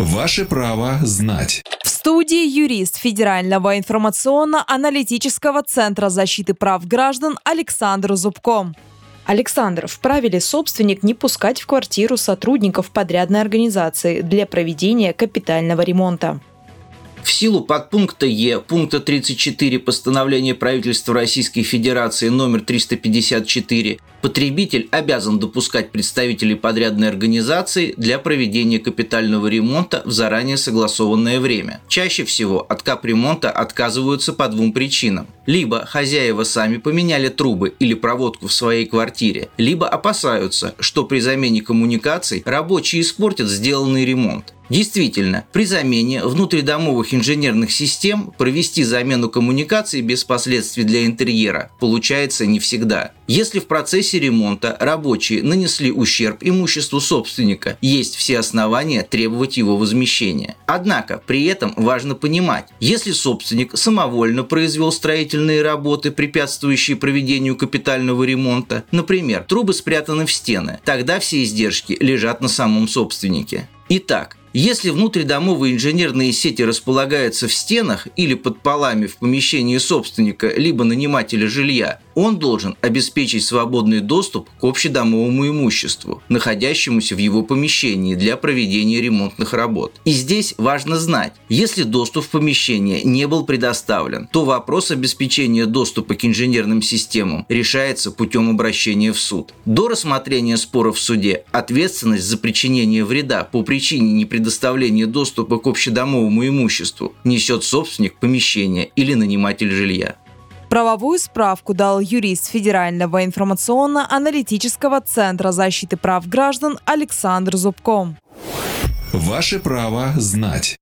Ваше право знать. В студии юрист Федерального информационно-аналитического центра защиты прав граждан Александр Зубко. Александр, вправе ли собственник не пускать в квартиру сотрудников подрядной организации для проведения капитального ремонта? В силу подпункта Е пункта 34 постановления правительства Российской Федерации номер 354 потребитель обязан допускать представителей подрядной организации для проведения капитального ремонта в заранее согласованное время. Чаще всего от капремонта отказываются по двум причинам. Либо хозяева сами поменяли трубы или проводку в своей квартире, либо опасаются, что при замене коммуникаций рабочие испортят сделанный ремонт. Действительно, при замене внутридомовых инженерных систем провести замену коммуникаций без последствий для интерьера получается не всегда. Если в процессе ремонта рабочие нанесли ущерб имуществу собственника, есть все основания требовать его возмещения. Однако, при этом важно понимать, если собственник самовольно произвел строительные работы, препятствующие проведению капитального ремонта, например, трубы спрятаны в стены, тогда все издержки лежат на самом собственнике. Итак, если внутридомовые инженерные сети располагаются в стенах или под полами в помещении собственника либо нанимателя жилья, он должен обеспечить свободный доступ к общедомовому имуществу, находящемуся в его помещении для проведения ремонтных работ. И здесь важно знать, если доступ в помещение не был предоставлен, то вопрос обеспечения доступа к инженерным системам решается путем обращения в суд. До рассмотрения спора в суде ответственность за причинение вреда по причине непредоставления доступа к общедомовому имуществу несет собственник помещения или наниматель жилья. Правовую справку дал юрист Федерального информационно-аналитического центра защиты прав граждан Александр Зубко. Ваше право знать.